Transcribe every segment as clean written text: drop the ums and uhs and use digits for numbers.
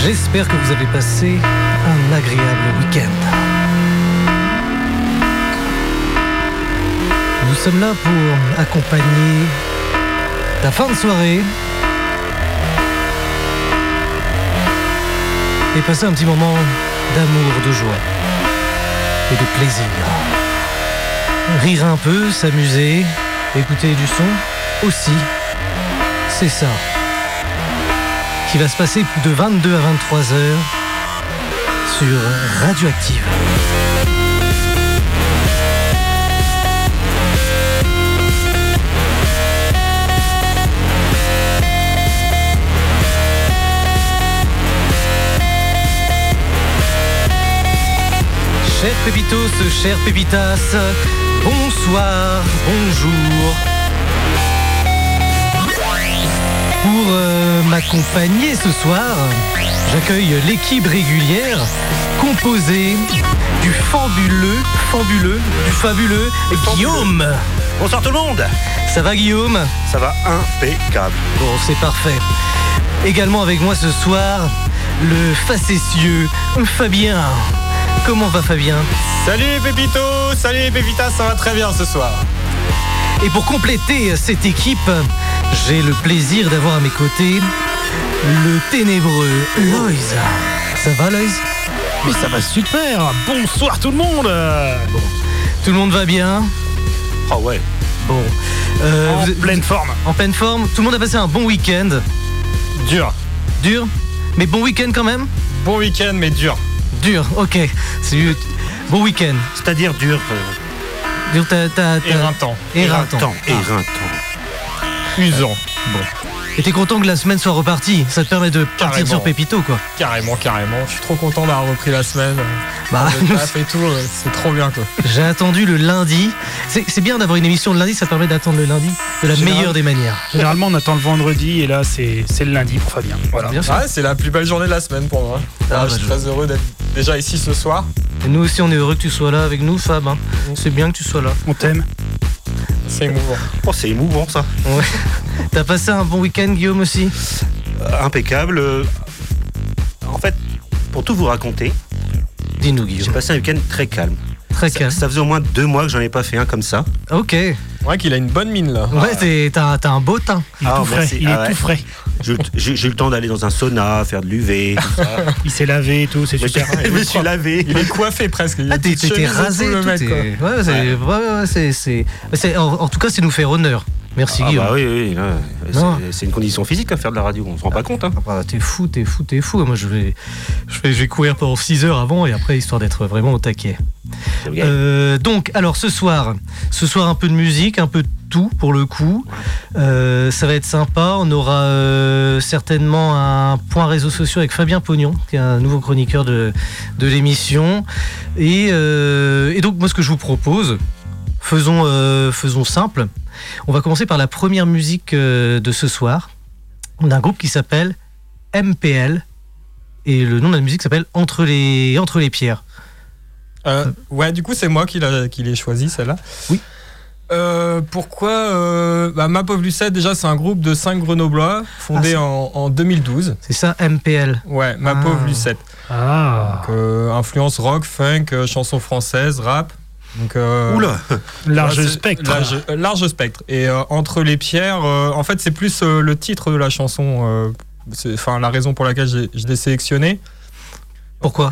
J'espère que vous avez passé un agréable week-end. Nous sommes là pour accompagner ta fin de soirée et passer un petit moment d'amour, de joie et de plaisir. Rire un peu, s'amuser, écouter du son aussi. C'est ça qui va se passer de 22 à 23 heures sur Radioactive. Chers pépitos, chers pépitas, bonsoir, bonjour. Pour m'accompagner ce soir, j'accueille l'équipe régulière composée du fabuleux Guillaume. Bonsoir tout le monde. Ça va Guillaume ? Ça va impeccable. Bon, c'est parfait. Également avec moi ce soir, le facétieux Fabien. Comment va Fabien ? Salut les pépitos, salut les pépitas, ça va très bien ce soir. Et pour compléter cette équipe, j'ai le plaisir d'avoir à mes côtés le ténébreux Loïs. Ça va Loïs ? Mais ça va super. Bonsoir tout le monde. Bon. Tout le monde va bien ? Oh ouais. Bon. Pleine forme. En pleine forme. Tout le monde a passé un bon week-end. Dur. Dur ? Mais bon week-end quand même ? Bon week-end mais dur. Dur, ok. C'est bon week-end. C'est-à-dire dur. Dur, Éreintant. Éreintant. Usant. Bon. Et t'es content que la semaine soit repartie ? Ça te permet de partir Carrément. sur Pépito, quoi. Carrément. Je suis trop content d'avoir repris la semaine. Bah, Le taf et tout, c'est trop bien quoi. j'ai attendu le lundi. C'est bien d'avoir une émission le lundi, ça permet d'attendre le lundi de la meilleure des manières. Généralement, on attend le vendredi et là, c'est le lundi pour Fabien. Voilà. Bien sûr. Ouais, c'est la plus belle journée de la semaine pour moi. Je suis très heureux d'être déjà ici ce soir. Et nous aussi, on est heureux que tu sois là avec nous, Fab. Hein. C'est bien que tu sois là. On t'aime. C'est émouvant. Oh, c'est émouvant ça. Ouais. T'as passé un bon week-end, Guillaume, aussi ? Impeccable. En fait, pour tout vous raconter, Dis-nous, j'ai Guillaume. passé un week-end très calme. Très calme. Ça faisait au moins 2 mois que j'en ai pas fait un comme ça. Ok. Ouais, qu'il a une bonne mine là. Ouais, t'as un beau teint. Il est tout frais. merci. Il est Ah ouais. tout frais. J'ai eu le temps d'aller dans un sauna, faire de l'UV, tout ça. Il s'est lavé et tout, c'est super. Je me suis lavé. Il est coiffé presque. Il a Ah, une petite t'es chemise et rasé, tout, le tout mec, quoi. En tout cas, c'est nous faire honneur. Merci, Ah Guillaume. bah oui. Là, Non. c'est une condition physique à faire de la radio. On se rend pas compte. Hein. Ah bah, t'es fou. Moi, je vais courir pendant 6 heures avant et après, histoire d'être vraiment au taquet. Donc, alors, ce soir, un peu de musique, un peu de tout pour le coup. Ça va être sympa. On aura certainement un point réseaux sociaux avec Fabien Pognon, qui est un nouveau chroniqueur de l'émission. Et donc, moi, ce que je vous propose, faisons simple. On va commencer par la première musique de ce soir. On a un groupe qui s'appelle MPL et le nom de la musique s'appelle Entre les pierres. Ouais, du coup, c'est moi qui l'ai choisi celle-là. Oui. Pourquoi Ma Pauvre Lucette, déjà, c'est un groupe de 5 Grenoblois fondé en 2012. C'est ça, MPL. Ouais, Ma Pauvre Lucette. Ah. Donc, influence rock, funk, chanson française, rap. Donc, Oula. Large spectre. Large spectre. Et Entre les pierres, en fait, c'est plus le titre de la chanson. Enfin, la raison pour laquelle je l'ai sélectionné. Pourquoi ?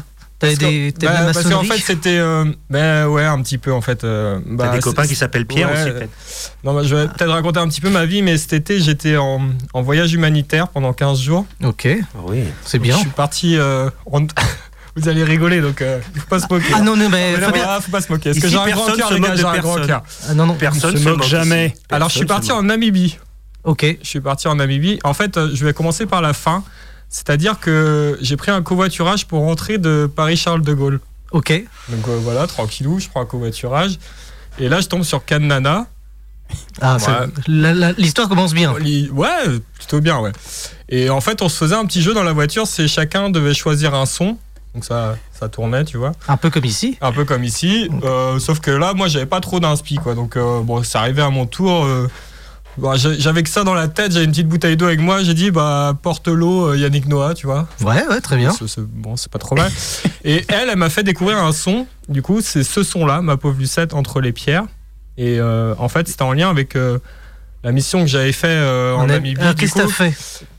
T'as des parce qu'en fait, c'était. Ouais, un petit peu, en fait. T'as des copains qui s'appellent Pierre aussi, peut-être. Non, je vais peut-être raconter un petit peu ma vie, mais cet été, j'étais en voyage humanitaire pendant 15 jours. Ok, Oui. c'est bien. Je suis parti. Vous allez rigoler, donc il faut pas se moquer. Ah non, mais Faut pas se moquer. Parce Ici, que j'ai un grand personne cœur, se les gars, moque de j'ai un grand personne. cœur. Ah non, Personne se moque jamais. ici. Alors, je suis Personne parti se moque. en Namibie. ok. Je suis parti en Namibie. En fait, je vais commencer par la fin. C'est-à-dire que j'ai pris un covoiturage pour rentrer de Paris-Charles de Gaulle. Ok. Donc voilà, tranquillou, je prends un covoiturage. Et là, je tombe sur Kannana. Ah, Ouais. l'histoire commence bien. Ouais, plutôt bien, ouais. Et en fait, on se faisait un petit jeu dans la voiture, c'est chacun devait choisir un son. Donc ça tournait, tu vois. Un peu comme ici. Un peu comme ici. Sauf que là, moi, j'avais pas trop d'inspi, quoi. Donc bon, c'est arrivé à mon tour. Bon, j'avais que ça dans la tête, j'avais une petite bouteille d'eau avec moi, j'ai dit porte l'eau Yannick Noah, tu vois. Ouais, très bien. C'est pas trop mal. Et elle m'a fait découvrir un son, du coup c'est ce son-là, Ma pauvre Lucette, Entre les pierres. Et en fait c'était en lien avec la mission que j'avais fait en Namibie. Qu'est-ce que t'as fait?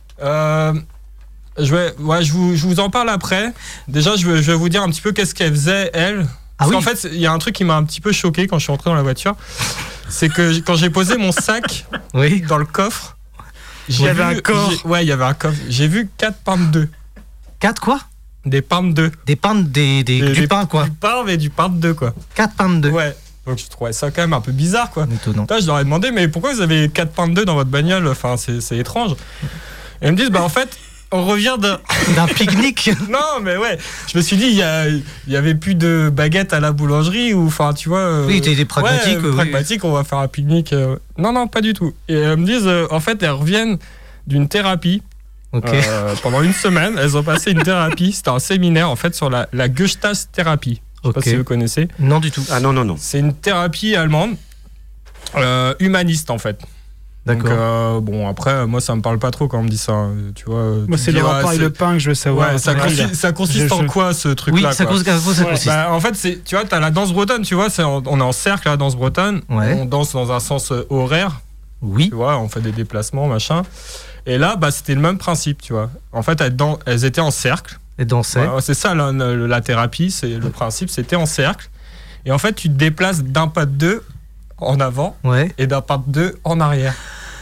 Je vous en parle après. Déjà je vais vous dire un petit peu qu'est-ce qu'elle faisait elle. Parce qu'en fait, il y a un truc qui m'a un petit peu choqué quand je suis rentré dans la voiture. C'est que quand j'ai posé mon sac dans le coffre, il y avait un coffre. J'ai vu 4 pains de 2. 4 quoi? Des pains de 2. Des pains du pain quoi. Du pain, mais du pain de 2 quoi. 4 pains de 2. Ouais. Donc je trouvais ça quand même un peu bizarre quoi. Étonnant. Là, je leur ai demandé, mais pourquoi vous avez 4 pains de 2 dans votre bagnole? Enfin, c'est étrange. Et ils me disent, en fait, on revient d'un pique-nique. Non, mais ouais. Je me suis dit, il y avait plus de baguettes à la boulangerie ou, enfin, tu vois. Oui, t'es pragmatique. Pragmatique, on va faire un pique-nique. Non, pas du tout. Et elles me disent, en fait, elles reviennent d'une thérapie. Pendant une semaine, elles ont passé une thérapie. C'était un séminaire, en fait, sur la Gestalt-thérapie. Je sais pas si vous connaissez. Non, du tout. Ah non. C'est une thérapie allemande, humaniste, en fait. D'accord. Donc, après, moi, ça me parle pas trop quand on me dit ça. Tu vois, moi, c'est le rapport avec le pain que je veux savoir. Ouais, ça consiste en quoi, ce truc-là? Oui, ça consiste. En fait, tu vois, t'as la danse bretonne, tu vois, on est en cercle, la danse bretonne. Ouais. On danse dans un sens horaire. Oui. Tu vois, on fait des déplacements, machin. Et là, c'était le même principe, tu vois. En fait, elles étaient en cercle. Et dansaient. Ouais, c'est ça, la thérapie, le principe, c'était en cercle. Et en fait, tu te déplaces d'un pas de 2 en avant et d'un pas de 2 en arrière.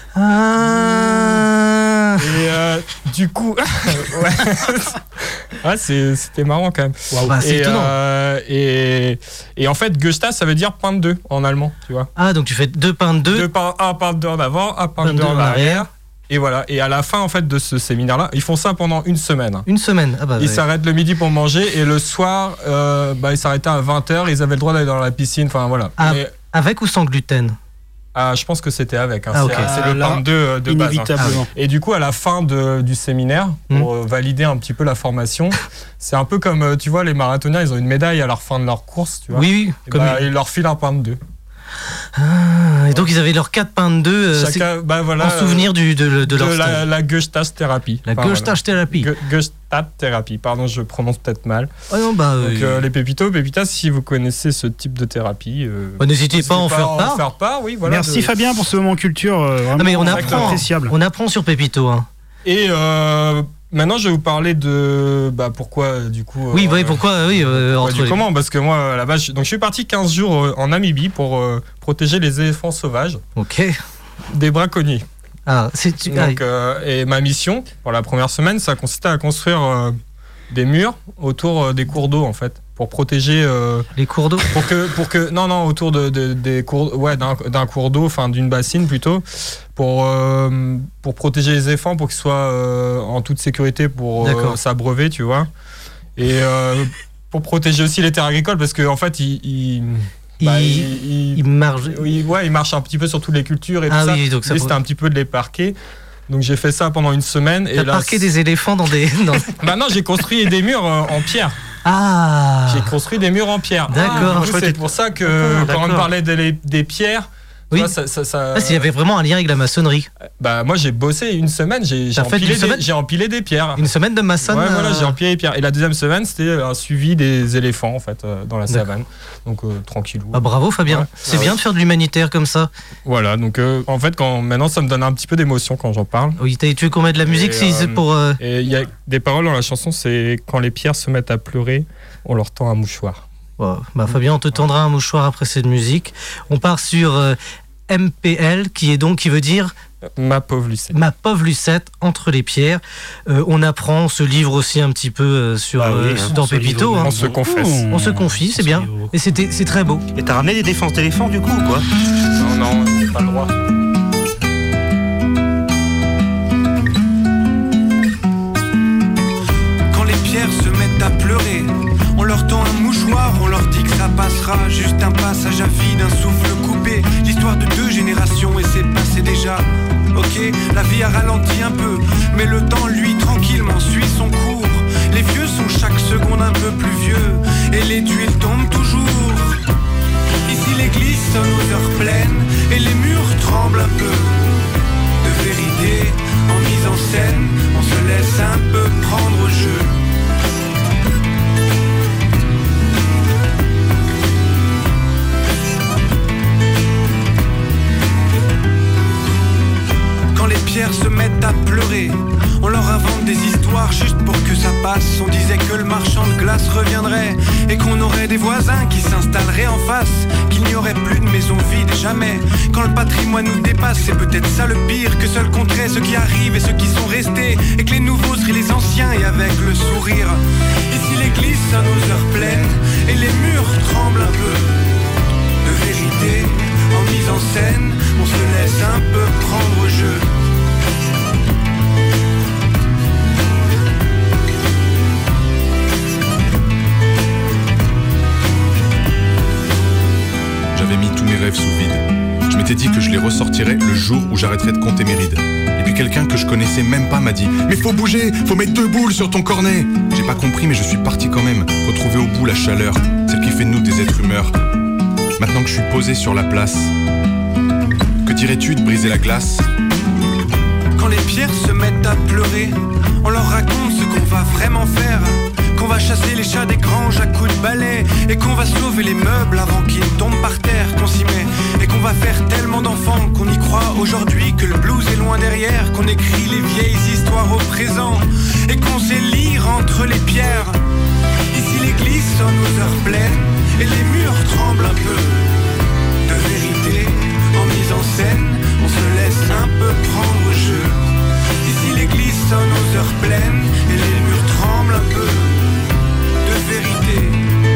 Et du coup, c'était marrant quand même. Wow. C'est étonnant. Et en fait, Gestalt, ça veut dire pain de 2 en allemand, tu vois. Ah, donc tu fais 2 pains de 2. Un pain de 2 en avant, un pain de 2 en arrière. Et voilà. Et à la fin, en fait, de ce séminaire-là, ils font ça pendant une semaine. Une semaine. Ils s'arrêtent le midi pour manger et le soir, ils s'arrêtaient à 20h. Ils avaient le droit d'aller dans la piscine. Enfin voilà. Avec ou sans gluten? Je pense que c'était avec. Okay. C'est le pain de 2 base. Inévitablement. Et du coup, à la fin du séminaire, pour valider un petit peu la formation, c'est un peu comme, tu vois, les marathoniens, ils ont une médaille à la fin de leur course, tu vois. Oui. Ils leur filent un pain de 2. Et donc ils avaient leurs 4 pains de 2 en souvenir de leur stage. La Gestalt-thérapie. La Gestalt-thérapie. Gestalt-thérapie, pardon, je prononce peut-être mal. Donc les pépitas, si vous connaissez ce type de thérapie, n'hésitez pas à en faire part. Oui, voilà, merci Fabien pour ce moment culture, vraiment mais on appréciable. On apprend sur Pépito. Hein. Et maintenant, je vais vous parler de pourquoi du coup. Pourquoi comment? Parce que moi, à la base, je suis parti 15 jours en Namibie pour protéger les éléphants sauvages. Ok. Des braconniers. Donc, et ma mission pour la première semaine, ça consistait à construire des murs autour des cours d'eau en fait, pour protéger les cours d'eau. Pour que non autour des cours d'un cours d'eau, enfin d'une bassine plutôt, pour protéger les éléphants pour qu'ils soient en toute sécurité pour s'abreuver, tu vois, et pour protéger aussi les terres agricoles parce que en fait il marche un petit peu sur toutes les cultures et tout ça. Oui, donc ça c'était un petit peu de les parquer. Donc j'ai fait ça pendant une semaine. T'as parqué des éléphants dans des... non, j'ai construit des murs en pierre. J'ai construit des murs en pierre. D'accord. C'est pour ça que quand on parlait des pierres, oui. S'il y avait vraiment un lien avec la maçonnerie. Moi j'ai bossé une semaine, j'ai empilé des pierres. Une semaine de maçonne. Ouais, voilà, j'ai empilé des pierres. Et la deuxième semaine, c'était un suivi des éléphants en fait dans la savane. Donc tranquillou. Bravo Fabien. C'est bien de faire de l'humanitaire comme ça. Voilà, donc en fait maintenant ça me donne un petit peu d'émotion quand j'en parle. Oui, tu veux qu'on mette de la musique c'est pour. Et il y a des paroles dans la chanson, c'est quand les pierres se mettent à pleurer, on leur tend un mouchoir. Fabien, on te tendra un mouchoir après cette musique. On part sur MPL, qui veut dire Ma pauvre Lucette. Ma pauvre Lucette, entre les pierres. On apprend, on se livre aussi un petit peu dans Pépito. On se confesse. On se confie, c'est bien. Et c'est très beau. Et t'as ramené des défenses d'éléphants du coup ou quoi? Non, pas le droit. Quand les pierres se mettent à pleurer, on leur tend un mouchoir, on leur dit que ça passera. Juste un passage à vide, un souffle coupé. L'histoire de 2 générations et c'est passé déjà. Ok, la vie a ralenti un peu, mais le temps lui tranquillement suit son cours. Les vieux sont chaque seconde un peu plus vieux, et les tuiles tombent toujours. Ici l'église sonne aux heures pleines, et les murs tremblent un peu. passe. On disait que le marchand de glace reviendrait et qu'on aurait des voisins qui s'installeraient en face, qu'il n'y aurait plus de maisons vides jamais. Quand le patrimoine nous dépasse, c'est peut-être ça le pire, que seul compterait ceux qui arrivent et ceux qui sont restés, et que les nouveaux seraient les anciens et avec le sourire. Ici l'église sonne aux heures pleines et les murs tremblent un peu de vérité. En mise en scène, on se laisse un peu prendre au jeu. J'avais mis tous mes rêves sous vide. Je m'étais dit que je les ressortirais le jour où j'arrêterais de compter mes rides. Et puis quelqu'un que je connaissais même pas m'a dit « Mais faut bouger, faut mettre 2 boules sur ton cornet !» J'ai pas compris mais je suis parti quand même, retrouver au bout la chaleur, celle qui fait de nous des êtres humeurs. Maintenant que je suis posé sur la place, que dirais-tu de briser la glace ? Quand les pierres se mettent à pleurer, on leur raconte ce qu'on va vraiment faire. Qu'on va chasser les chats des granges à coups de balai, et qu'on va sauver les meubles avant qu'ils tombent par terre, qu'on s'y met, et qu'on va faire tellement d'enfants qu'on y croit aujourd'hui, que le blues est loin derrière, qu'on écrit les vieilles histoires au présent, et qu'on sait lire entre les pierres. Ici l'église sonne aux heures pleines, et les murs tremblent un peu de vérité. En mise en scène, on se laisse un peu prendre au jeu. Ici l'église sonne aux heures pleines, et les murs tremblent un peu de vérité.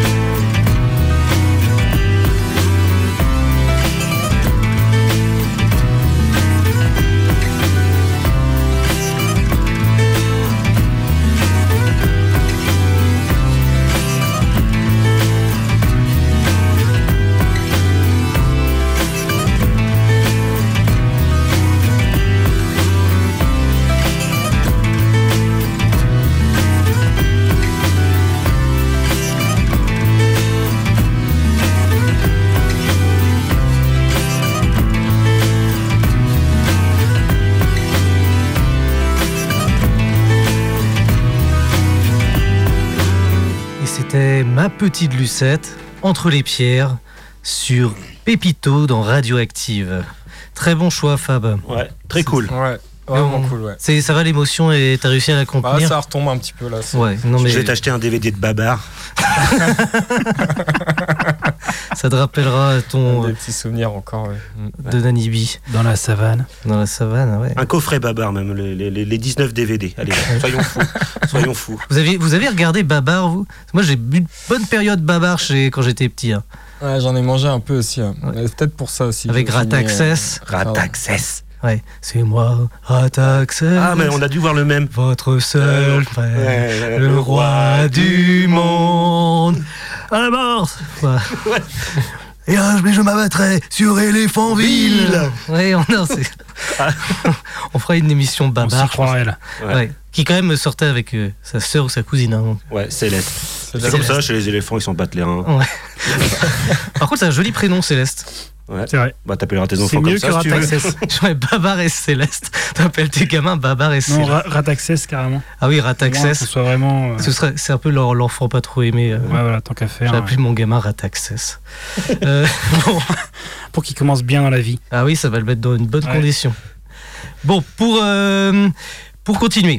C'était Ma Petite Lucette, Entre les pierres, sur Pépito dans Radioactive. Très bon choix, Fab. Ouais, très cool. Ouais, vraiment cool, ouais. Ça va l'émotion et t'as réussi à la contenir. Bah, ça retombe un petit peu là. Ouais, non, mais... Je vais t'acheter un DVD de Babar. Ça te rappellera ton... Des petits souvenirs encore, ouais. De Nanibi. Dans la savane. Dans la savane, ouais. Un coffret Babar même, les 19 DVD. Allez, soyons fous. Soyons fous. Vous avez regardé Babar, vous ? Moi, j'ai eu une bonne période Babar quand j'étais petit. Hein. Ouais, j'en ai mangé un peu aussi. Hein. Ouais. Peut-être pour ça aussi. Avec Rataxès. Rataxès. Ouais, c'est moi, Rataxès. Ah, mais on a dû voir le même. Votre seul frère, le roi du monde. À la mort. Ouais. Et je m'abattrai sur Éléphantville. Ouais, on fera une émission Babar. On s'y croirait là. Ouais. Qui quand même sortait avec sa sœur ou sa cousine. Hein. Ouais, Céleste. C'est comme ça, chez les éléphants, ils s'en battent les reins. Ouais. Par contre, c'est un joli prénom, Céleste. Ouais. C'est vrai. Bah, t'appelleras tes enfants comme ça si tu veux. J'aurais Babar et Céleste. T'appelles tes gamins Babar et Céleste. Non, Rataxès carrément. Ah oui, Rataxès. Ce soit vraiment. C'est un peu l'enfant pas trop aimé. Ouais, voilà, tant qu'à faire. J'ai appelé mon gamin Rataxès. Bon. Pour qu'il commence bien dans la vie. Ah oui, ça va le mettre dans une bonne condition. Bon, pour continuer.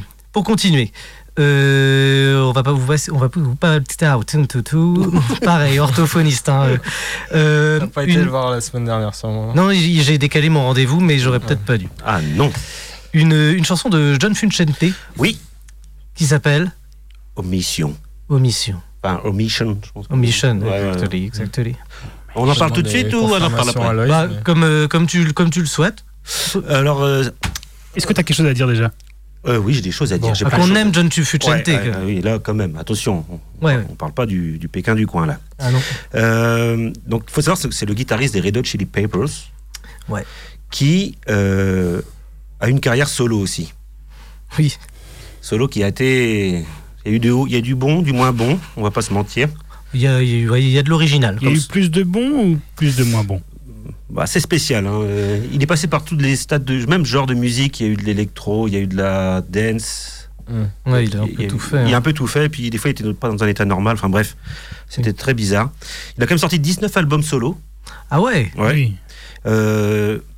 On va pas vous pareil, orthophoniste. Hein. T'as pas été le voir la semaine dernière sûrement. Non, j'ai décalé mon rendez-vous, mais j'aurais peut-être pas dû. Ah non. Une chanson de John Frusciante. Oui. Qui s'appelle Omission. Enfin, Omission, je pense. Omission, ouais, exactly. On en parle tout de suite ou on en parle après? Bah, comme tu le souhaites. Alors, est-ce que tu as quelque chose à dire déjà? Oui, j'ai des choses à dire. Bon, qu'on aime John Frusciante. Oui, là, quand même, attention. On parle pas du Pékin du coin, là. Ah non. Donc, il faut savoir que c'est le guitariste des Red Hot Chili Peppers. Ouais. Qui a une carrière solo aussi. Oui. Solo qui a été... Il y a du bon, du moins bon, on va pas se mentir. Il y a de l'original. Il y a eu plus de bons ou plus de moins bons? Bah, c'est spécial. Hein. Il est passé par tous les stades de même genre de musique. Il y a eu de l'électro, il y a eu de la dance. Ouais, il a un peu tout fait. Il a un peu tout fait. Et puis des fois, il était pas dans un état normal. Enfin bref, c'était très bizarre. Il a quand même sorti 19 albums solo. Ah ouais. Oui.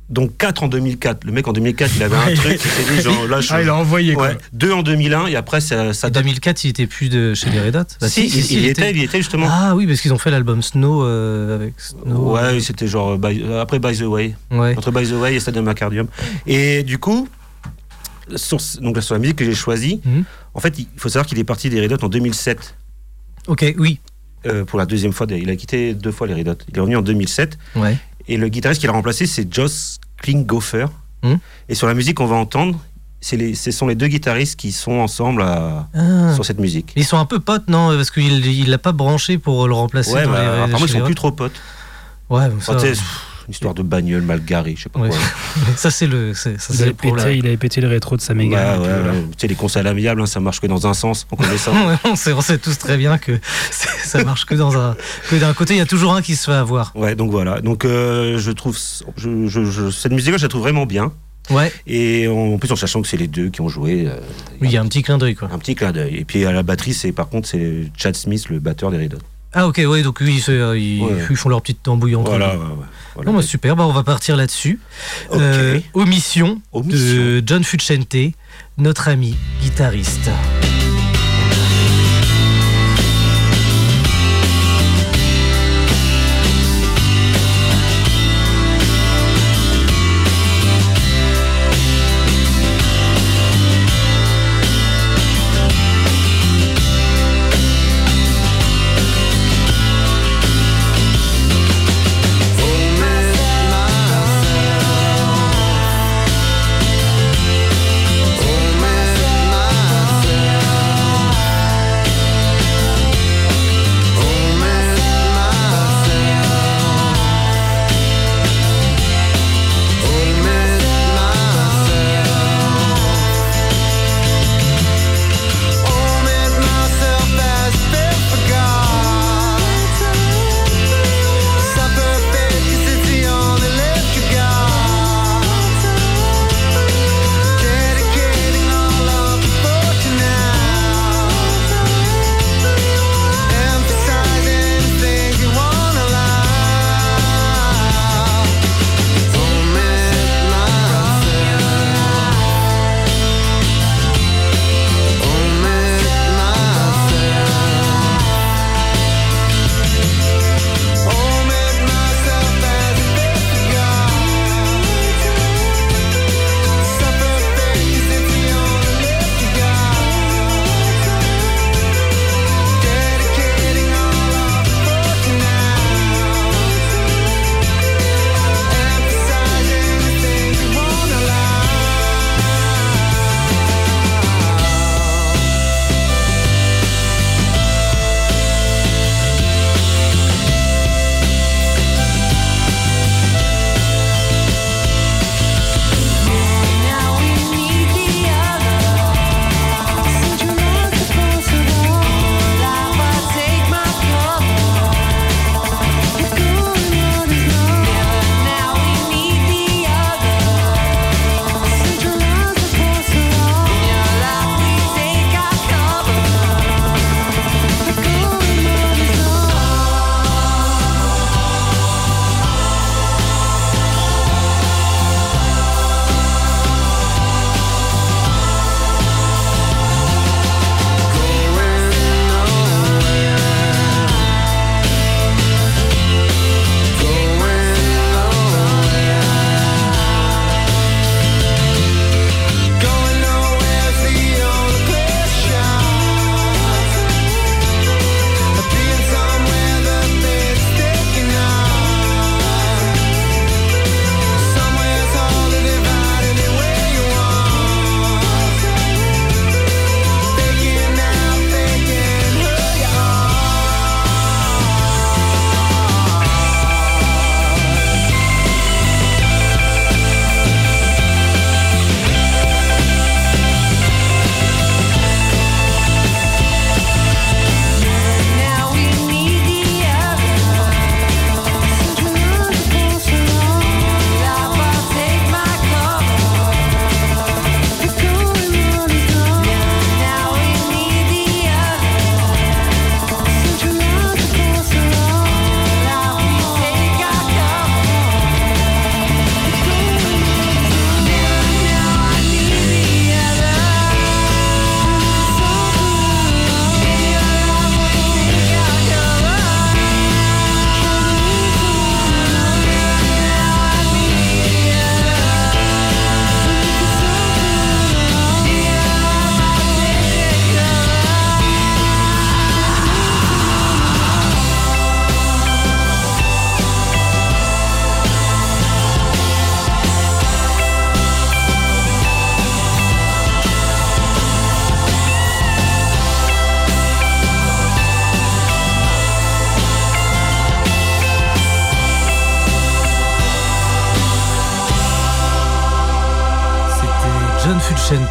Donc 4 en 2004. Le mec en 2004, il avait un truc, il s'est dit genre là. Il a envoyé quoi. 2 en 2001 et après ça. En 2004, il était plus chez les Red Hot. Bah, il y était justement. Ah oui, parce qu'ils ont fait l'album Snow avec Snow. Ouais, c'était genre après By the Way. Ouais. Entre By the Way et Stadium Accordium. Et du coup, sur la musique que j'ai choisie, en fait, il faut savoir qu'il est parti des Red Hot en 2007. Ok, oui. Pour la deuxième fois, il a quitté 2 fois les Red Hot. Il est revenu en 2007. Ouais. Et le guitariste qu'il a remplacé, c'est Josh Klinghoffer. Et sur la musique qu'on va entendre, ce sont les 2 guitaristes qui sont ensemble sur cette musique. Ils sont un peu potes, non? Parce qu'il l'a pas branché pour le remplacer. Ouais, apparemment ils sont plus trop potes. Ouais, bon, ça... Une histoire de bagnole mal garée, je sais pas quoi. Ça, c'est le problème. Il avait pété le rétro de sa Mégane. Ouais. Tu sais, les consoles amiables, ça marche que dans un sens. On connaît ça. on sait tous très bien que ça marche que d'un côté, il y a toujours un qui se fait avoir. Ouais, donc voilà. Donc je trouve cette musique-là, je la trouve vraiment bien. Ouais. Et en plus, en sachant que c'est les 2 qui ont joué. Oui, il y a un petit clin d'œil, quoi. Un petit clin d'œil. Et puis à la batterie, c'est Chad Smith, le batteur des Red Hot. Ah ok, ouais, donc ils font leur petite tambouille entre eux. Voilà. Non, bah, super, on va partir là-dessus. Okay. Omission de John Frusciante, notre ami guitariste. Oh,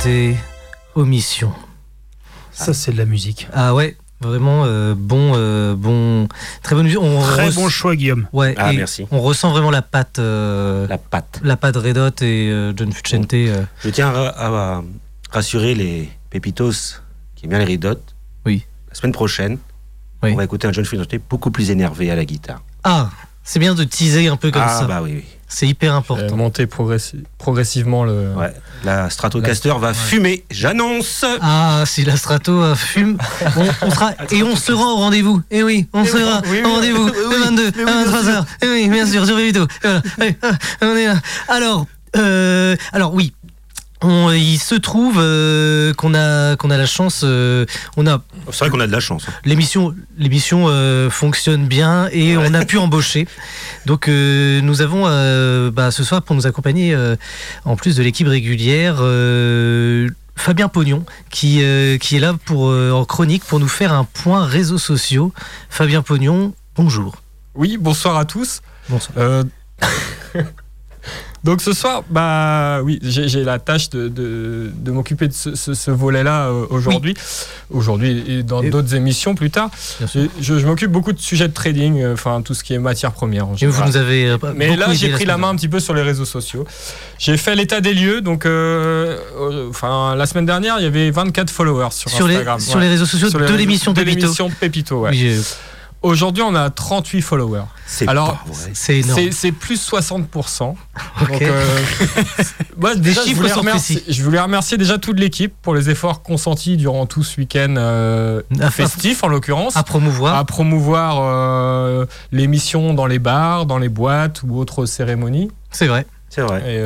c'était Omission. Ça, c'est de la musique. Ah ouais, vraiment très bonne musique. Très bon choix, Guillaume. Ouais, merci. On ressent vraiment la patte Red Hot et John Frusciante. Je tiens à rassurer les pépitos qui aiment bien les Red Hot. Oui. La semaine prochaine, on va écouter un John Frusciante beaucoup plus énervé à la guitare. Ah, c'est bien de teaser un peu comme ça. Ah bah oui. C'est hyper important. Monter progressivement le... Ouais, la Stratocaster va fumer, j'annonce. Ah, si la Strato fume, on sera au rendez-vous. Eh oui, on sera au rendez-vous le 22 à 23h. Eh oui, bien sûr, sur Vito. Voilà. Allez, on est là. Alors oui. Il se trouve qu'on a la chance. C'est vrai qu'on a de la chance. L'émission fonctionne bien et on a pu embaucher. Donc nous avons ce soir pour nous accompagner en plus de l'équipe régulière Fabien Pognon qui est là en chronique pour nous faire un point réseaux sociaux. Fabien Pognon, bonjour. Oui, bonsoir à tous. Bonsoir. Donc ce soir, j'ai la tâche de m'occuper de ce volet-là aujourd'hui. Oui. Aujourd'hui et dans d'autres émissions plus tard. Je m'occupe beaucoup de sujets de trading, tout ce qui est matière première. Et vous nous avez mais là, j'ai pris la main un petit peu sur les réseaux sociaux. J'ai fait l'état des lieux. Donc, la semaine dernière, il y avait 24 followers sur Instagram. Sur les réseaux sociaux de l'émission Pépito. De l'émission Pépito, ouais. Oui, aujourd'hui, on a 38 followers. C'est énorme. C'est plus 60%. Okay. Donc, déjà, je voulais remercier déjà toute l'équipe pour les efforts consentis durant tout ce week-end festif, en l'occurrence. À promouvoir l'émission dans les bars, dans les boîtes ou autres cérémonies. C'est vrai. Et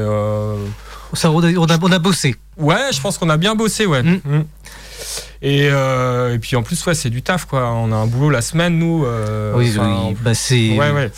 on a bossé. Ouais, je pense qu'on a bien bossé, ouais. Et puis en plus, c'est du taf, quoi. On a un boulot la semaine, nous. C'est... Ouais.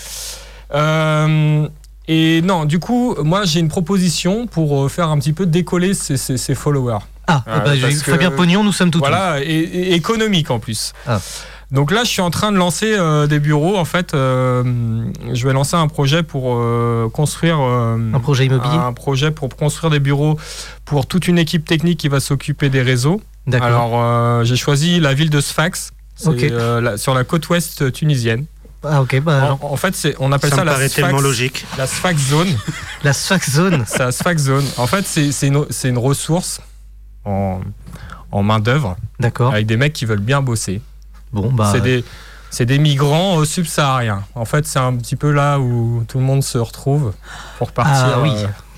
Et non, du coup, moi, j'ai une proposition pour faire un petit peu décoller ces followers. Fabien Pognon, nous sommes tout. Voilà, et économique en plus. Donc là, je suis en train de lancer des bureaux. En fait, je vais lancer un projet pour construire... un projet immobilier. Un projet pour construire des bureaux pour toute une équipe technique qui va s'occuper des réseaux. D'accord. Alors, j'ai choisi la ville de Sfax, sur la côte ouest tunisienne. Ah ok. En fait, on appelle ça la Sfax, tellement logique. La Sfax Zone. La Sfax Zone. C'est la Sfax Zone. En fait, c'est une ressource en main d'œuvre. D'accord. Avec des mecs qui veulent bien bosser. Bon c'est des migrants subsahariens. En fait, c'est un petit peu là où tout le monde se retrouve pour partir. Ah oui.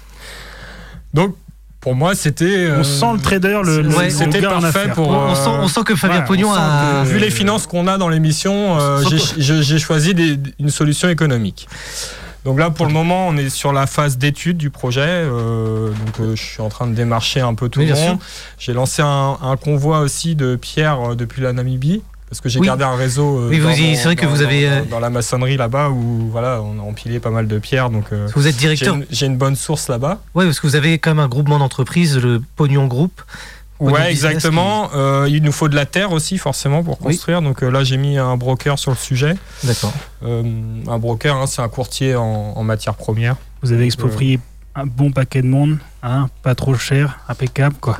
Donc, pour moi, c'était... on sent le trader, c'était parfait pour... On sent que Fabien Pognon a... Vu les finances qu'on a dans l'émission, j'ai choisi une solution économique. Donc là, pour le moment, on est sur la phase d'étude du projet. Je suis en train de démarcher un peu tout le monde. J'ai lancé un convoi aussi de pierres depuis la Namibie. Parce que j'ai gardé un réseau c'est vrai que vous avez dans la maçonnerie là-bas où on a empilé pas mal de pierres. Donc, vous êtes directeur. J'ai une bonne source là-bas. Oui, parce que vous avez quand même un groupement d'entreprises, le Pognon Group. Ouais, exactement. Il nous faut de la terre aussi, forcément, pour construire. Oui. Donc là, j'ai mis un broker sur le sujet. D'accord. Un broker, c'est un courtier en matières premières. Vous avez exproprié un bon paquet de monde, pas trop cher, impeccable, quoi.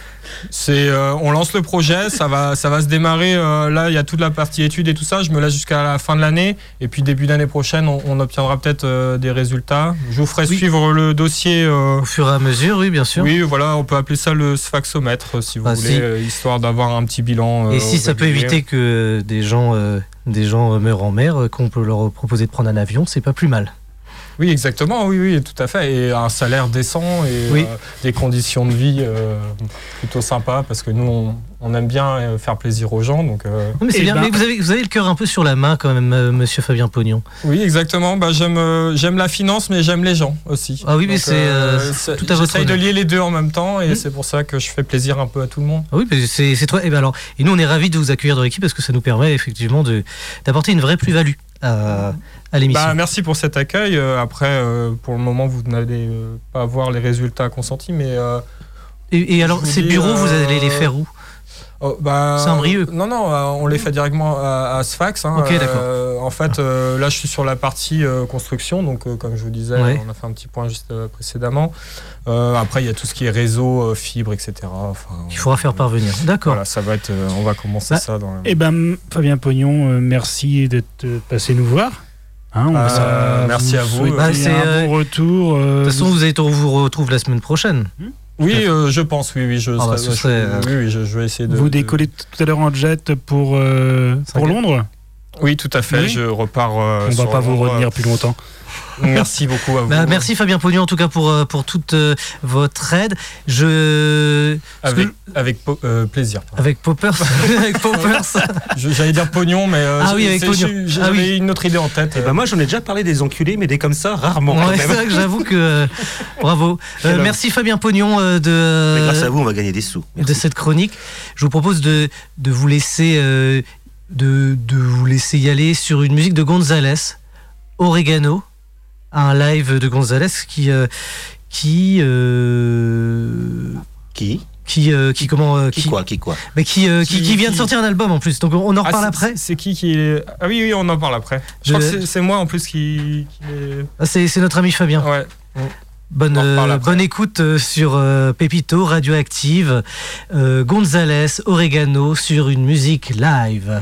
On lance le projet, ça va se démarrer. Là, il y a toute la partie études et tout ça. Je me laisse jusqu'à la fin de l'année. Et puis, début d'année prochaine, on obtiendra peut-être des résultats. Je vous ferai suivre le dossier. Au fur et à mesure, oui, bien sûr. Oui, voilà, on peut appeler ça le sfaxomètre, si vous voulez, histoire d'avoir un petit bilan. Et si ça peut éviter que des gens meurent en mer, qu'on peut leur proposer de prendre un avion, c'est pas plus mal. Oui, exactement, oui, tout à fait. Et un salaire décent et des conditions de vie plutôt sympas, parce que nous, on aime bien faire plaisir aux gens. Donc, mais c'est bien, mais vous avez le cœur un peu sur la main quand même, monsieur Fabien Pognon. Oui, exactement. J'aime la finance, mais j'aime les gens aussi. Ah oui, mais donc, c'est tout à votre j'essaye de lier les deux en même temps, et c'est pour ça que je fais plaisir un peu à tout le monde. Ah oui, mais c'est toi. Et nous, on est ravis de vous accueillir dans l'équipe, parce que ça nous permet effectivement d'apporter une vraie plus-value à l'émission. Merci pour cet accueil. Après, pour le moment, vous n'allez pas voir les résultats consentis, mais... Et alors, ces bureaux, vous allez les faire où ? Saint-Brieuc. Non, on les fait directement à Sfax. Ok, d'accord. En fait, là, je suis sur la partie construction. Donc, comme je vous disais, on a fait un petit point juste précédemment. Après, il y a tout ce qui est réseau, fibre, etc. Il faudra faire parvenir. D'accord. Voilà, ça va être. On va commencer ça. Fabien Pognon, merci d'être passé nous voir. Merci à vous. C'est un bon retour. De toute façon, vous retrouve la semaine prochaine. Oui, je pense, oui. Je vais essayer de... Vous décollez tout à l'heure en jet pour Londres ? Oui, tout à fait. Oui. Je repars on ne va pas vous retenir plus longtemps. Merci beaucoup à vous. Merci Fabien Pognon en tout cas pour toute votre aide. Avec plaisir. Avec Poppers. Avec Poppers. J'allais dire Pognon, mais avec Pognon. J'avais une autre idée en tête. Moi j'en ai déjà parlé des enculés, mais des comme ça, rarement. C'est vrai que j'avoue que... Bravo. Merci Fabien Pognon mais grâce à vous, on va gagner des sous. Merci. De cette chronique. Je vous propose de vous laisser... de vous laisser y aller sur une musique de Gonzalez, Oregano, un live de Gonzalez qui vient de sortir un album en plus, donc on en reparle après. C'est qui est... Ah oui, on en parle après. Je crois que c'est moi en plus qui est... C'est notre ami Fabien. Ouais. Bonne écoute sur Pépito, Radioactive, Gonzalez, Oregano sur une musique live.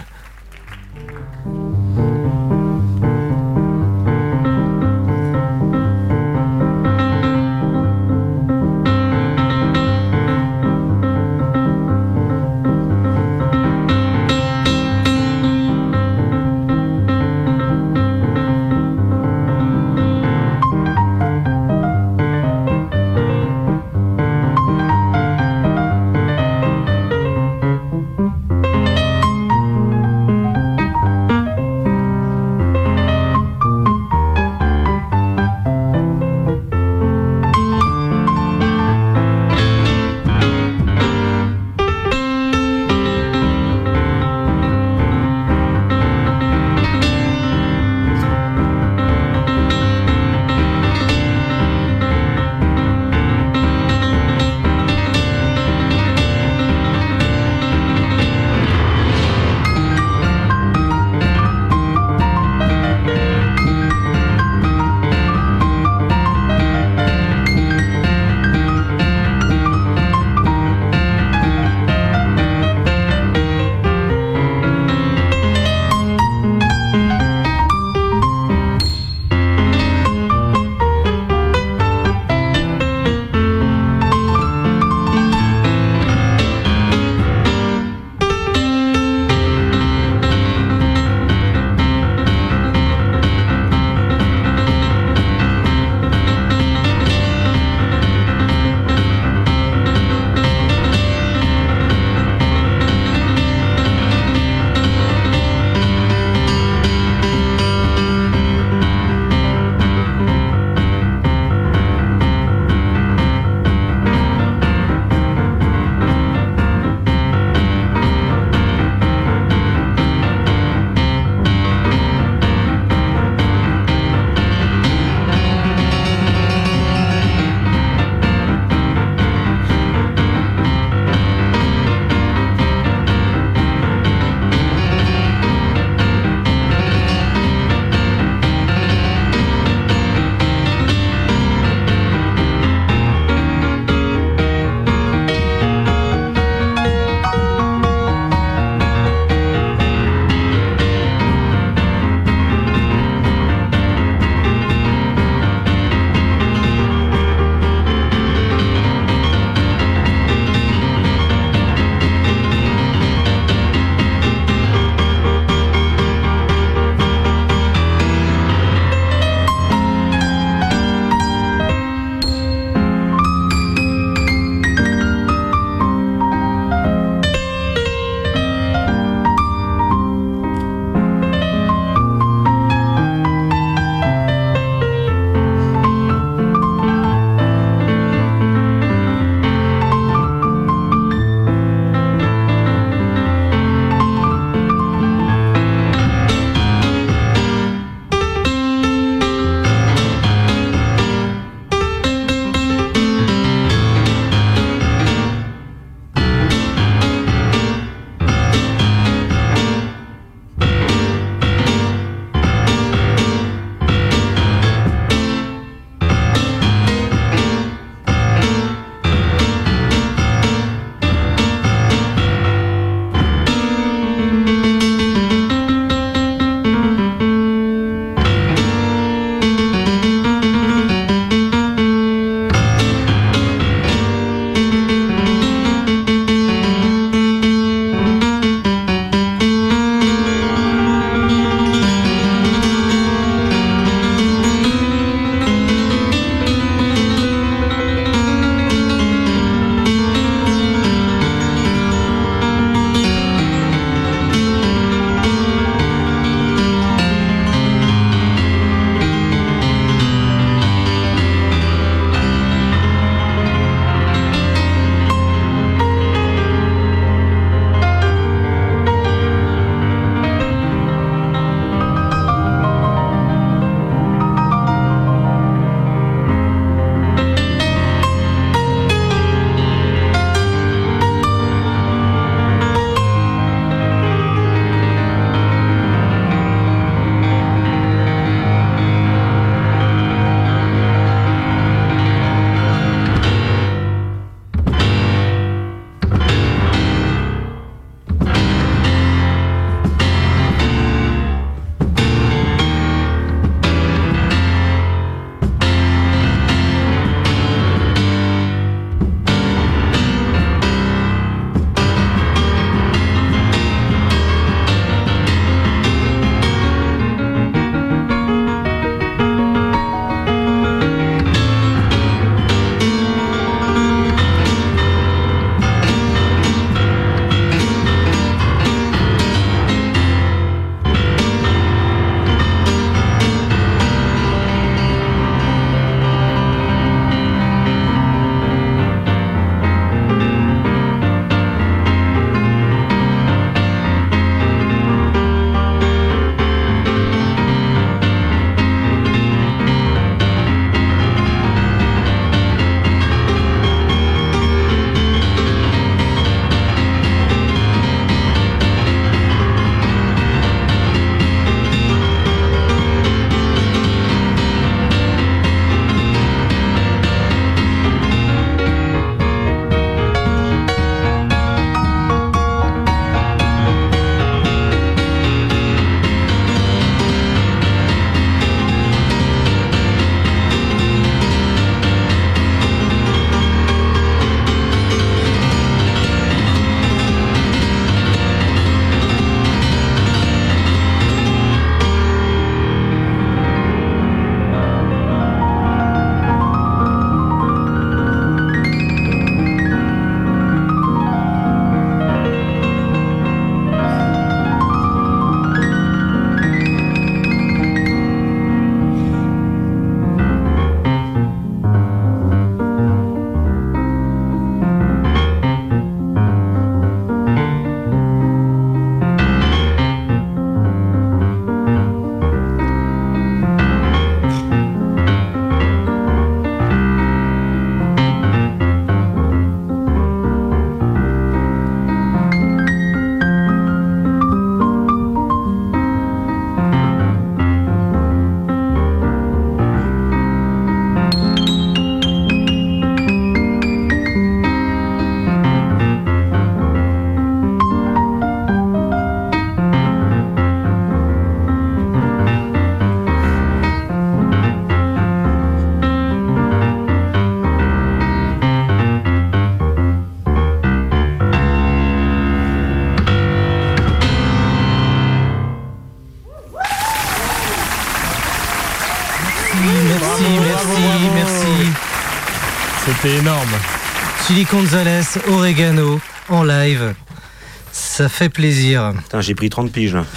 C'était énorme. Chili Gonzalez, Oregano, en live. Ça fait plaisir. Putain, j'ai pris 30 piges là.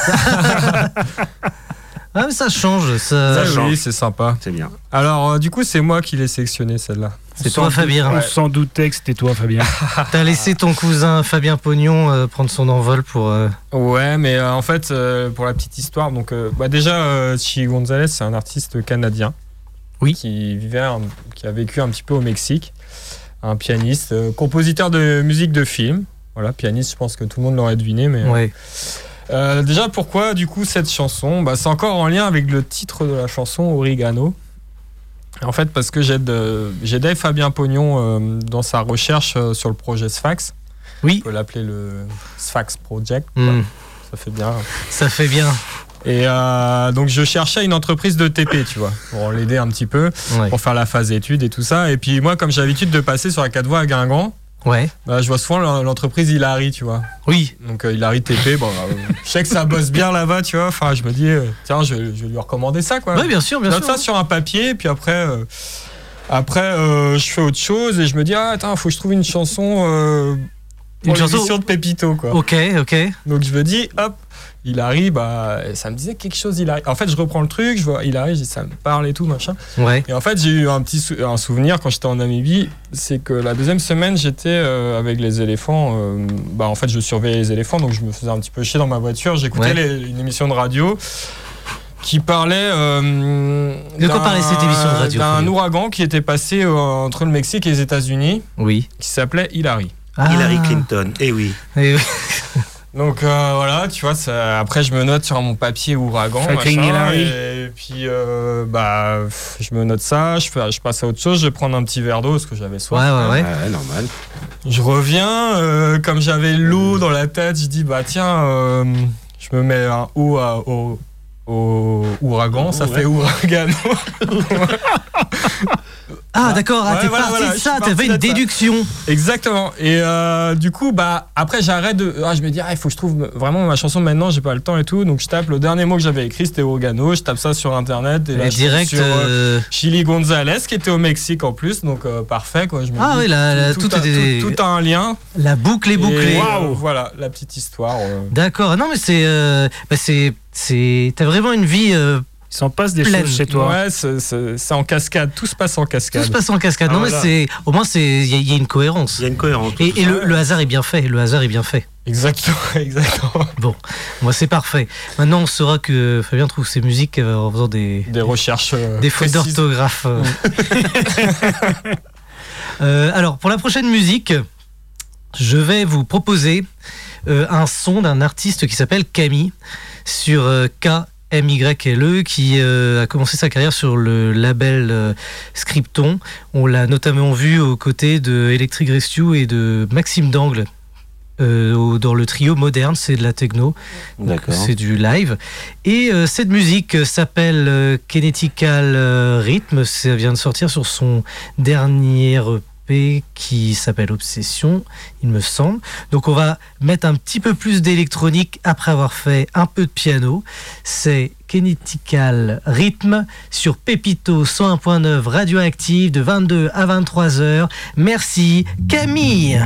Ah mais ça change. Ça change. Oui, c'est sympa. C'est bien. Alors du coup c'est moi qui l'ai sélectionné celle-là. C'est toi Fabien. On s'en doutait que c'était toi Fabien. T'as laissé ton cousin Fabien Pognon prendre son envol pour... Ouais mais en fait pour la petite histoire, donc déjà Chili Gonzalez c'est un artiste canadien. Oui. Qui a vécu un petit peu au Mexique. Un pianiste, compositeur de musique de film. Voilà, pianiste, je pense que tout le monde l'aurait deviné. Mais, ouais. Déjà, pourquoi du coup cette chanson ? C'est encore en lien avec le titre de la chanson, Oregano. En fait, parce que j'aidais Fabien Pognon dans sa recherche sur le projet Sphax. Oui. On peut l'appeler le Sphax Project. Ça fait bien. Ça fait bien. Et donc je cherchais une entreprise de TP, tu vois, pour l'aider un petit peu, pour faire la phase études et tout ça. Et puis moi, comme j'ai l'habitude de passer sur la 4 voies à Guingamp, je vois souvent l'entreprise Hilary, tu vois. Oui. Donc Hilary TP, je sais que ça bosse bien là-bas, tu vois. Enfin, je me dis, tiens, je vais lui recommander ça, quoi. Oui, bien sûr, bien sûr. Je note ça sur un papier, et puis après, je fais autre chose et je me dis, faut que je trouve une chanson pour l'émission de Pépito, quoi. Ok. Donc je me dis, hop. Hilary, ça me disait quelque chose, Hilary. En fait, je reprends le truc, je vois Hilary, je dis ça me parle et tout, machin. Ouais. Et en fait, j'ai eu un souvenir quand j'étais en Namibie, c'est que la deuxième semaine, j'étais avec les éléphants. En fait, je surveillais les éléphants, donc je me faisais un petit peu chier dans ma voiture. J'écoutais une émission de radio qui parlait. De quoi parlait cette émission de radio ? D'un ouragan qui était passé entre le Mexique et les États-Unis. Oui. Qui s'appelait Hilary. Hillary Clinton, oui. Donc voilà, tu vois, après je me note sur mon papier ouragan, machin, et puis je me note ça, je passe à autre chose, je vais prendre un petit verre d'eau parce que j'avais soif. Ouais, normal. Je reviens, comme j'avais l'eau dans la tête, je dis je me mets un O au ouragan, ça fait ouragano. Ah d'accord, t'es parti de ça, t'avais une déduction. Exactement. Et du coup, après j'arrête de... je me dis, il faut que je trouve vraiment ma chanson maintenant, j'ai pas le temps et tout. Donc je tape, le dernier mot que j'avais écrit, c'était Oregano. Je tape ça sur Internet. Et là, je direct sur Chili Gonzalez, qui était au Mexique en plus. Donc parfait, quoi. Je me dis, tout a un lien. La boucle est bouclée. Voilà, la petite histoire. D'accord. Non, mais t'as vraiment une vie... Il s'en passe des choses chez toi. Ouais, c'est en cascade. Tout se passe en cascade. Tout se passe en cascade. Non, mais au moins, il y a une cohérence. Il y a une cohérence. Et le hasard est bien fait. Exactement. Bon, moi c'est parfait. Maintenant, on saura que Fabien trouve ses musiques en faisant des recherches, des fautes d'orthographe. Alors, pour la prochaine musique, je vais vous proposer un son d'un artiste qui s'appelle Camille sur KMYLE, qui a commencé sa carrière sur le label Scripton. On l'a notamment vu aux côtés de Electric Rescue et de Maxime Dangle. Dans le trio moderne, c'est de la techno, c'est du live. Et cette musique s'appelle Kinetical Rhythm. Ça vient de sortir sur son dernier EP qui s'appelle Obsession, il me semble. Donc on va mettre un petit peu plus d'électronique après avoir fait un peu de piano. C'est Kinetical Rhythm sur Pépito 101.9 Radioactive de 22 à 23h. Merci Camille.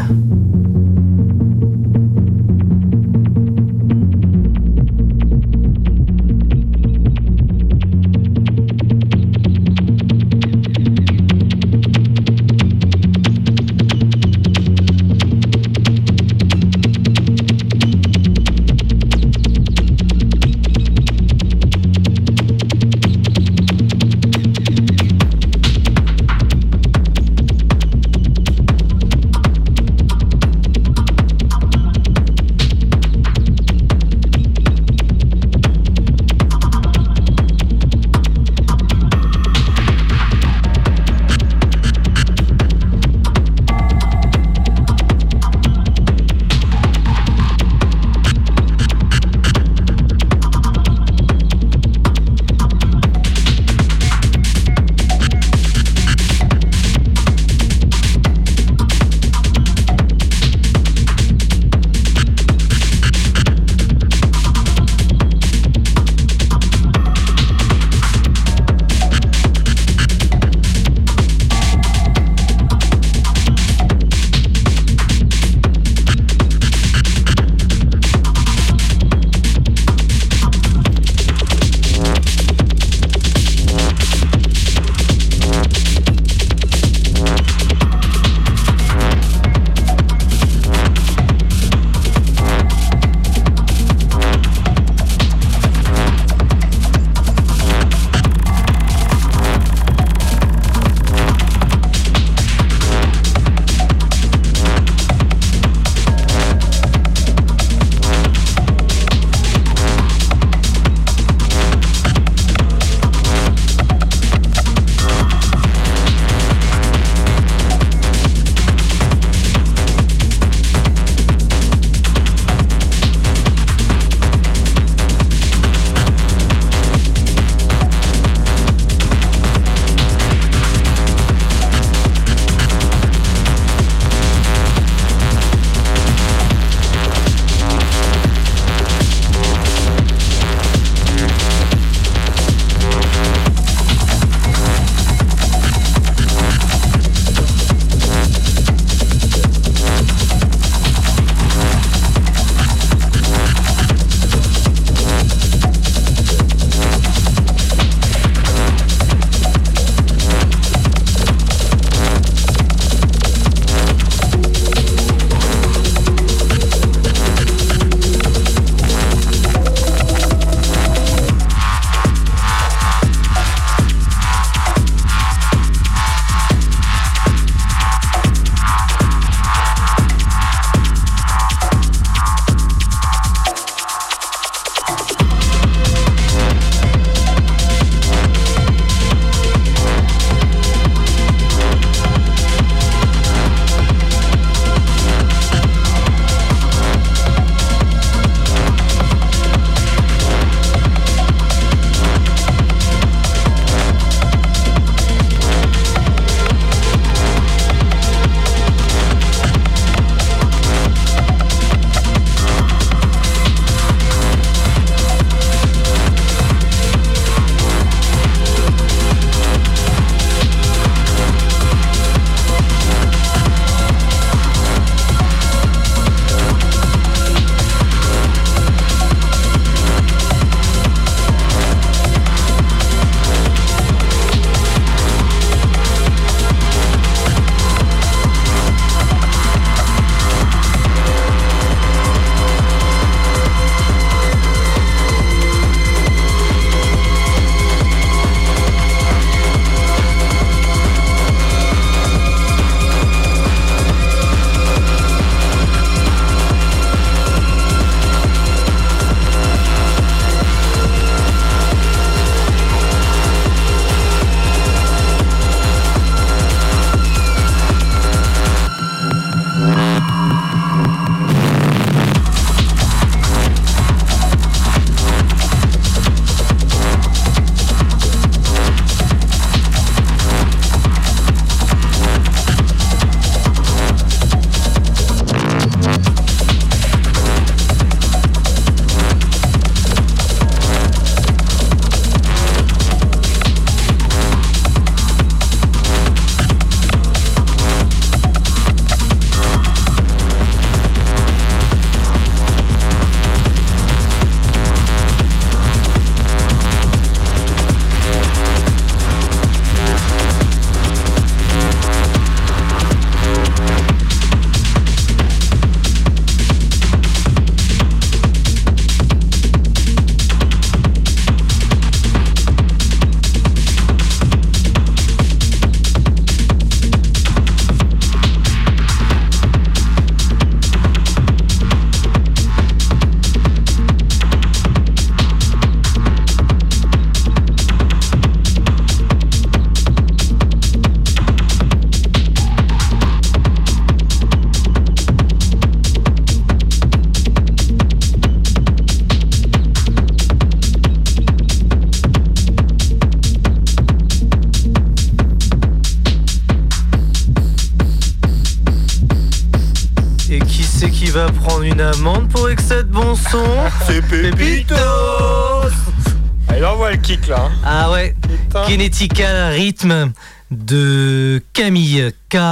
prendre une amende pour excès de bon son. C'est Pépitos. Il envoie le kick là. Ah ouais. Putain. Kinetical Rhythm de Camille.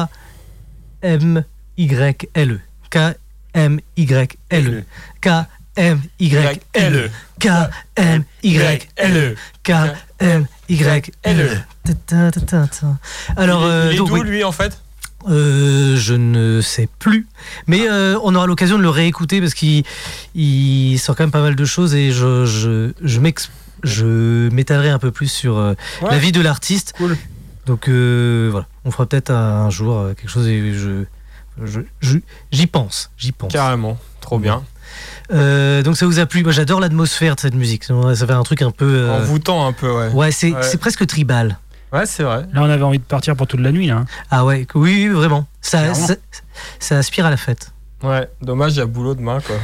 K-M-Y-L-E. K-M-Y-L-E. K-M-Y-L-E. K-M-Y-L-E. K-M-Y-L-E. Alors, il est d'où lui en fait? Je ne sais plus, mais on aura l'occasion de le réécouter parce qu'il sort quand même pas mal de choses et je m'étalerai un peu plus sur la vie de l'artiste. Cool. Donc voilà, on fera peut-être un jour quelque chose et j'y pense. Carrément, trop bien. Donc ça vous a plu? Moi j'adore l'atmosphère de cette musique. Ça fait un truc un peu envoûtant un peu, ouais. Ouais, c'est presque tribal. Ouais, c'est vrai. Là, on avait envie de partir pour toute la nuit, là. Ah ouais, oui, vraiment. Ça aspire à la fête. Ouais, dommage, il y a boulot demain, quoi.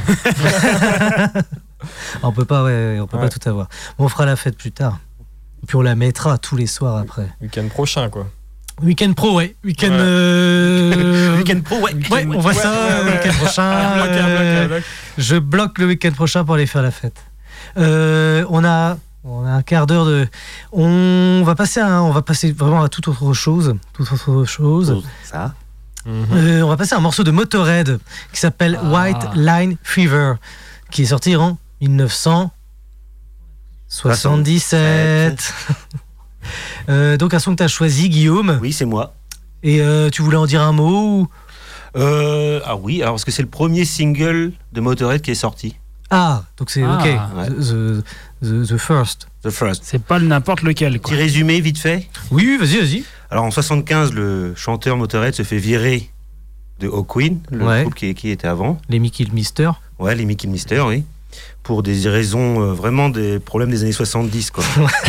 On peut pas tout avoir. On fera la fête plus tard. Et puis on la mettra tous les soirs après. Week-end prochain, quoi. Week-end pro, ouais. Week-end pro, ouais. Ouais, on voit ça le week-end prochain. Je bloque le week-end prochain pour aller faire la fête. On a un quart d'heure de. On va passer vraiment à toute autre chose. Ça. On va passer à un morceau de Motörhead qui s'appelle White Line Fever, qui est sorti en 1977. Donc un son que tu as choisi, Guillaume. Oui, c'est moi. Et tu voulais en dire un mot ou... Ah oui, alors parce que c'est le premier single de Motörhead qui est sorti. Ah, donc c'est ok. Ouais. The first. The first. C'est pas n'importe lequel, quoi. Petit résumé vite fait. Oui, vas-y. Alors en 75, le chanteur Motörhead se fait virer de Hawkwind, le groupe qui était avant. Les Mickey Mister. Ouais, les Mickey Mister, oui. Pour des raisons vraiment des problèmes des années 70, quoi.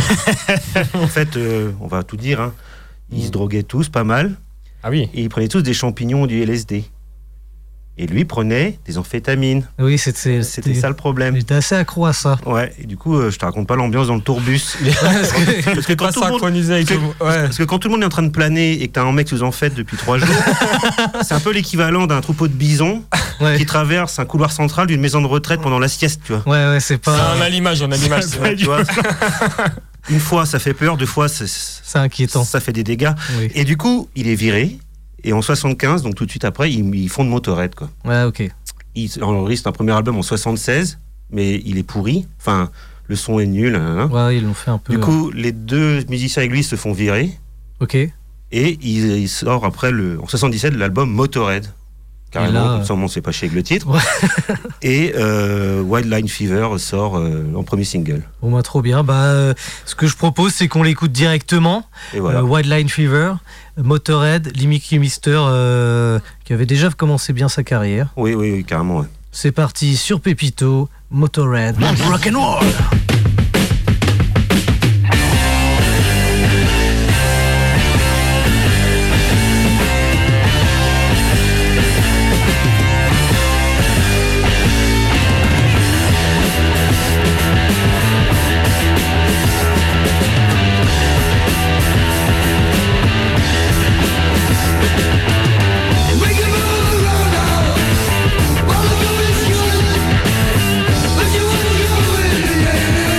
En fait, on va tout dire, hein. Ils se droguaient tous pas mal. Ah oui. Et ils prenaient tous des champignons, du LSD. Et lui prenait des amphétamines. Oui, c'était ça le problème. J'étais assez accro à ça. Ouais, et du coup, je te raconte pas l'ambiance dans le tourbus. parce que quand tout parce que quand tout le monde est en train de planer et que t'as un mec sous amphète depuis 3 jours, c'est un peu l'équivalent d'un troupeau de bisons qui traverse un couloir central d'une maison de retraite pendant la sieste, tu vois. Ouais, c'est pas. On a l'image. Tu vois. Une fois, ça fait peur, 2 fois, c'est inquiétant. Ça fait des dégâts. Oui. Et du coup, il est viré. Et en 75, donc tout de suite après, ils font de Motörhead, quoi. Ouais, ok. Ils enregistrent un premier album en 76, mais il est pourri. Enfin, le son est nul. Hein. Ouais, ils l'ont fait un peu. Du coup, les 2 musiciens avec lui se font virer. Ok. Et il sort après, en 77, l'album Motörhead. Carrément, comme ça, on ne sait pas chier avec le titre. Ouais. Et White Line Fever sort en premier single. Bon, bah, trop bien. Ce que je propose, c'est qu'on l'écoute directement. Et voilà. White Line Fever, Motörhead, les Mickey Mister, qui avait déjà commencé bien sa carrière. Oui, carrément. Ouais. C'est parti sur Pépito, Motörhead, Rock'n'Roll. Yeah.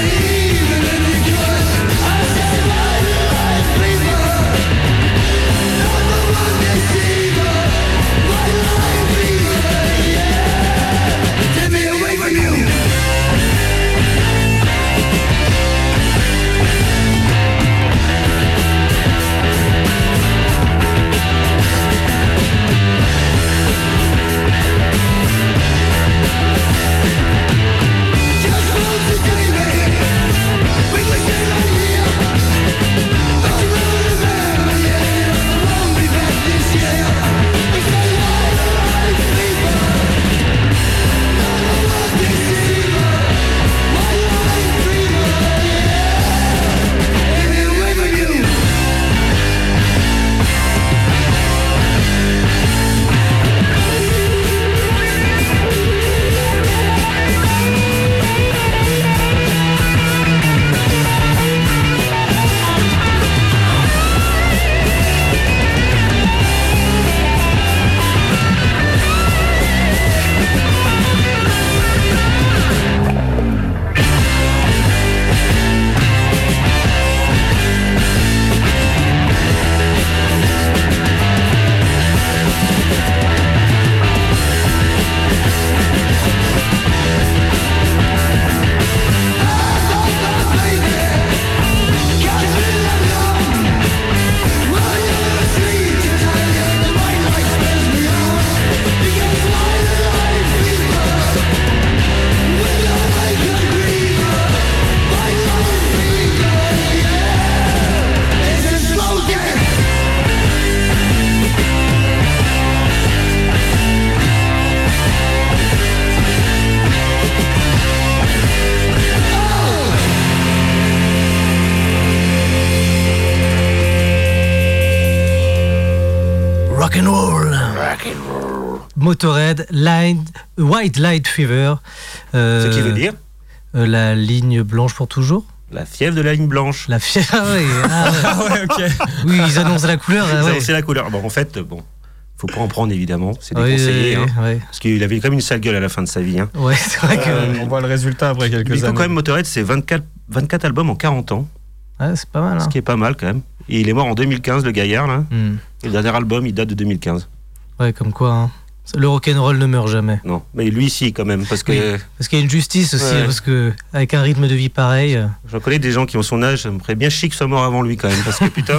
Motorhead, White Light Fever. Ce qui veut dire la ligne blanche pour toujours. La fièvre de la ligne blanche. La fièvre, ouais, ok. Oui, ils annoncent la couleur. Ils annoncent la couleur. Bon, en fait, faut pas en prendre évidemment, c'est déconseillé. Parce qu'il avait quand même une sale gueule à la fin de sa vie. Ouais, c'est vrai que. On voit le résultat après quelques années. Du coup, quand même, Motorhead, c'est 24 albums en 40 ans. Ouais, c'est pas mal. Ce qui est pas mal quand même. Et il est mort en 2015, le gaillard, là. Et le dernier album, il date de 2015. Ouais, comme quoi. Le rock'n'roll ne meurt jamais. Non, mais lui, si, quand même. Parce qu'il y a une justice aussi, parce que avec un rythme de vie pareil. J'en connais des gens qui ont son âge, j'aimerais bien chic soit mort avant lui, quand même. Parce que putain.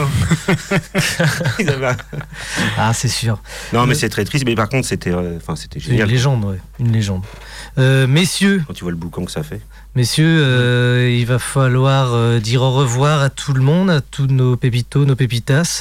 Ah, c'est sûr. Non, mais c'est très triste. Mais par contre, c'était génial. Une légende, ouais. Une légende. Messieurs. Quand tu vois le boucan que ça fait. Messieurs, il va falloir dire au revoir à tout le monde, à tous nos pépitos, nos pépitas.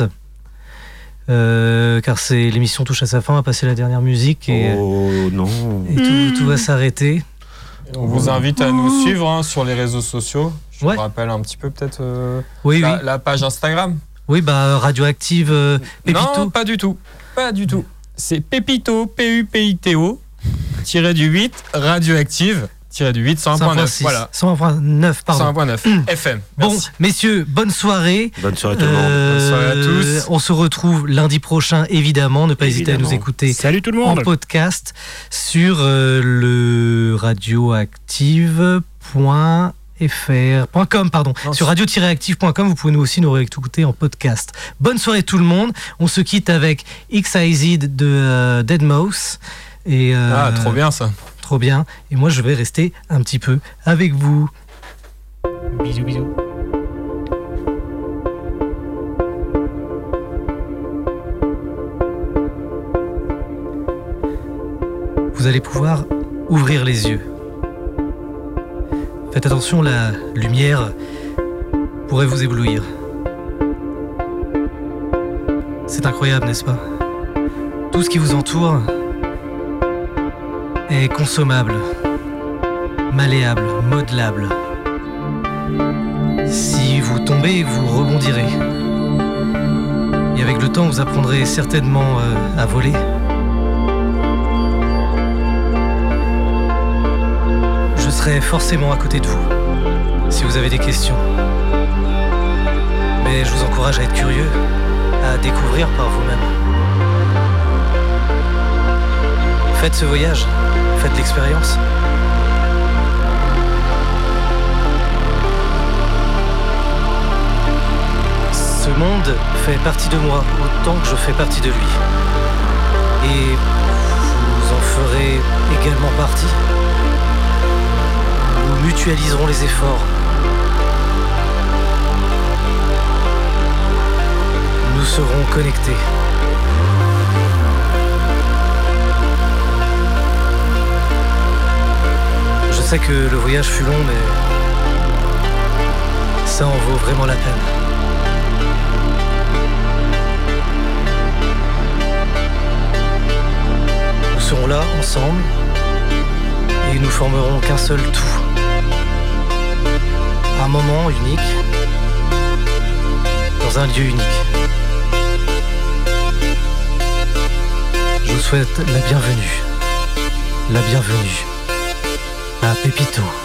Car l'émission touche à sa fin, on va passer la dernière musique et, et tout va s'arrêter. On vous invite à nous suivre sur les réseaux sociaux. Je vous rappelle un petit peu peut-être la page Instagram. Oui, Radioactive Pépito. Non, pas du tout. Pas du tout. C'est Pépito, Pupito, -8, Radioactive. -du 8, 101.9. Voilà. 101.9, pardon. 101.9 FM. Bon, messieurs, bonne soirée. Bonne soirée à tout le monde. Bonne soirée à tous. On se retrouve lundi prochain, évidemment. Ne pas hésiter à nous écouter. Salut tout le monde. En podcast sur le radioactive.com, pardon. Sur radio-active.com, vous pouvez aussi nous réécouter en podcast. Bonne soirée tout le monde. On se quitte avec X-IZ de Deadmau5. Trop bien ça. Trop bien. Et moi, je vais rester un petit peu avec vous. Bisous, bisous. Vous allez pouvoir ouvrir les yeux. Faites attention, la lumière pourrait vous éblouir. C'est incroyable, n'est-ce pas? Tout ce qui vous entoure est consommable, malléable, modelable. Si vous tombez, vous rebondirez. Et avec le temps, vous apprendrez certainement à voler. Je serai forcément à côté de vous, si vous avez des questions. Mais je vous encourage à être curieux, à découvrir par vous-même. Faites ce voyage. Faites l'expérience. Ce monde fait partie de moi autant que je fais partie de lui. Et vous en ferez également partie. Nous mutualiserons les efforts. Nous serons connectés. Je sais que le voyage fut long, mais ça en vaut vraiment la peine. Nous serons là, ensemble, et nous formerons qu'un seul tout. Un moment unique, dans un lieu unique. Je vous souhaite la bienvenue. La bienvenue. À Pépito.